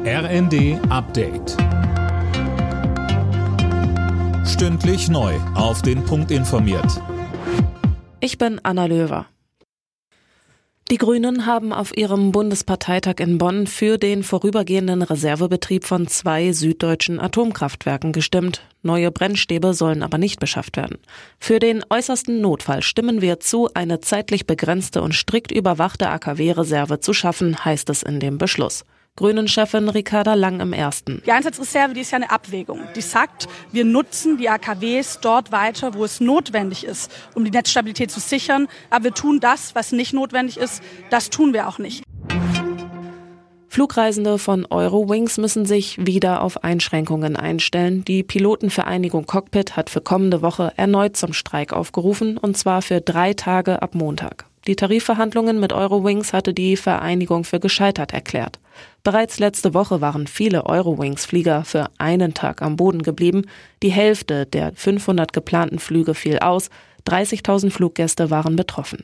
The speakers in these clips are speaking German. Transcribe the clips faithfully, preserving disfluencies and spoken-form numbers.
R N D Update. Stündlich neu auf den Punkt informiert. Ich bin Anna Löwer. Die Grünen haben auf ihrem Bundesparteitag in Bonn für den vorübergehenden Reservebetrieb von zwei süddeutschen Atomkraftwerken gestimmt. Neue Brennstäbe sollen aber nicht beschafft werden. Für den äußersten Notfall stimmen wir zu, eine zeitlich begrenzte und strikt überwachte A K W-Reserve zu schaffen, heißt es in dem Beschluss. Grünen-Chefin Ricarda Lang im Ersten. Die Einsatzreserve, die ist ja eine Abwägung. Die sagt, wir nutzen die A K Ws dort weiter, wo es notwendig ist, um die Netzstabilität zu sichern. Aber wir tun das, was nicht notwendig ist, das tun wir auch nicht. Flugreisende von Eurowings müssen sich wieder auf Einschränkungen einstellen. Die Pilotenvereinigung Cockpit hat für kommende Woche erneut zum Streik aufgerufen, und zwar für drei Tage ab Montag. Die Tarifverhandlungen mit Eurowings hatte die Vereinigung für gescheitert erklärt. Bereits letzte Woche waren viele Eurowings-Flieger für einen Tag am Boden geblieben. Die Hälfte der fünfhundert geplanten Flüge fiel aus. dreißigtausend Fluggäste waren betroffen.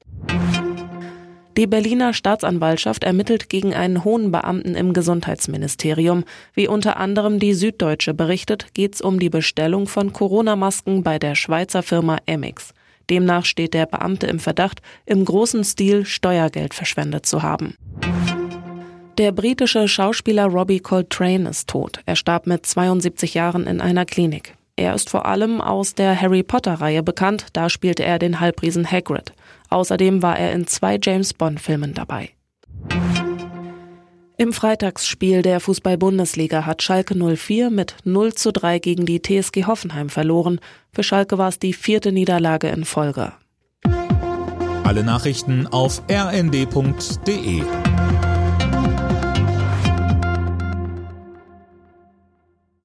Die Berliner Staatsanwaltschaft ermittelt gegen einen hohen Beamten im Gesundheitsministerium. Wie unter anderem die Süddeutsche berichtet, geht es um die Bestellung von Corona-Masken bei der Schweizer Firma Emmix. Demnach steht der Beamte im Verdacht, im großen Stil Steuergeld verschwendet zu haben. Der britische Schauspieler Robbie Coltrane ist tot. Er starb mit zweiundsiebzig Jahren in einer Klinik. Er ist vor allem aus der Harry-Potter-Reihe bekannt, da spielte er den Halbriesen Hagrid. Außerdem war er in zwei James-Bond-Filmen dabei. Im Freitagsspiel der Fußball-Bundesliga hat Schalke null vier mit null zu drei gegen die T S G Hoffenheim verloren. Für Schalke war es die vierte Niederlage in Folge. Alle Nachrichten auf r n d punkt d e.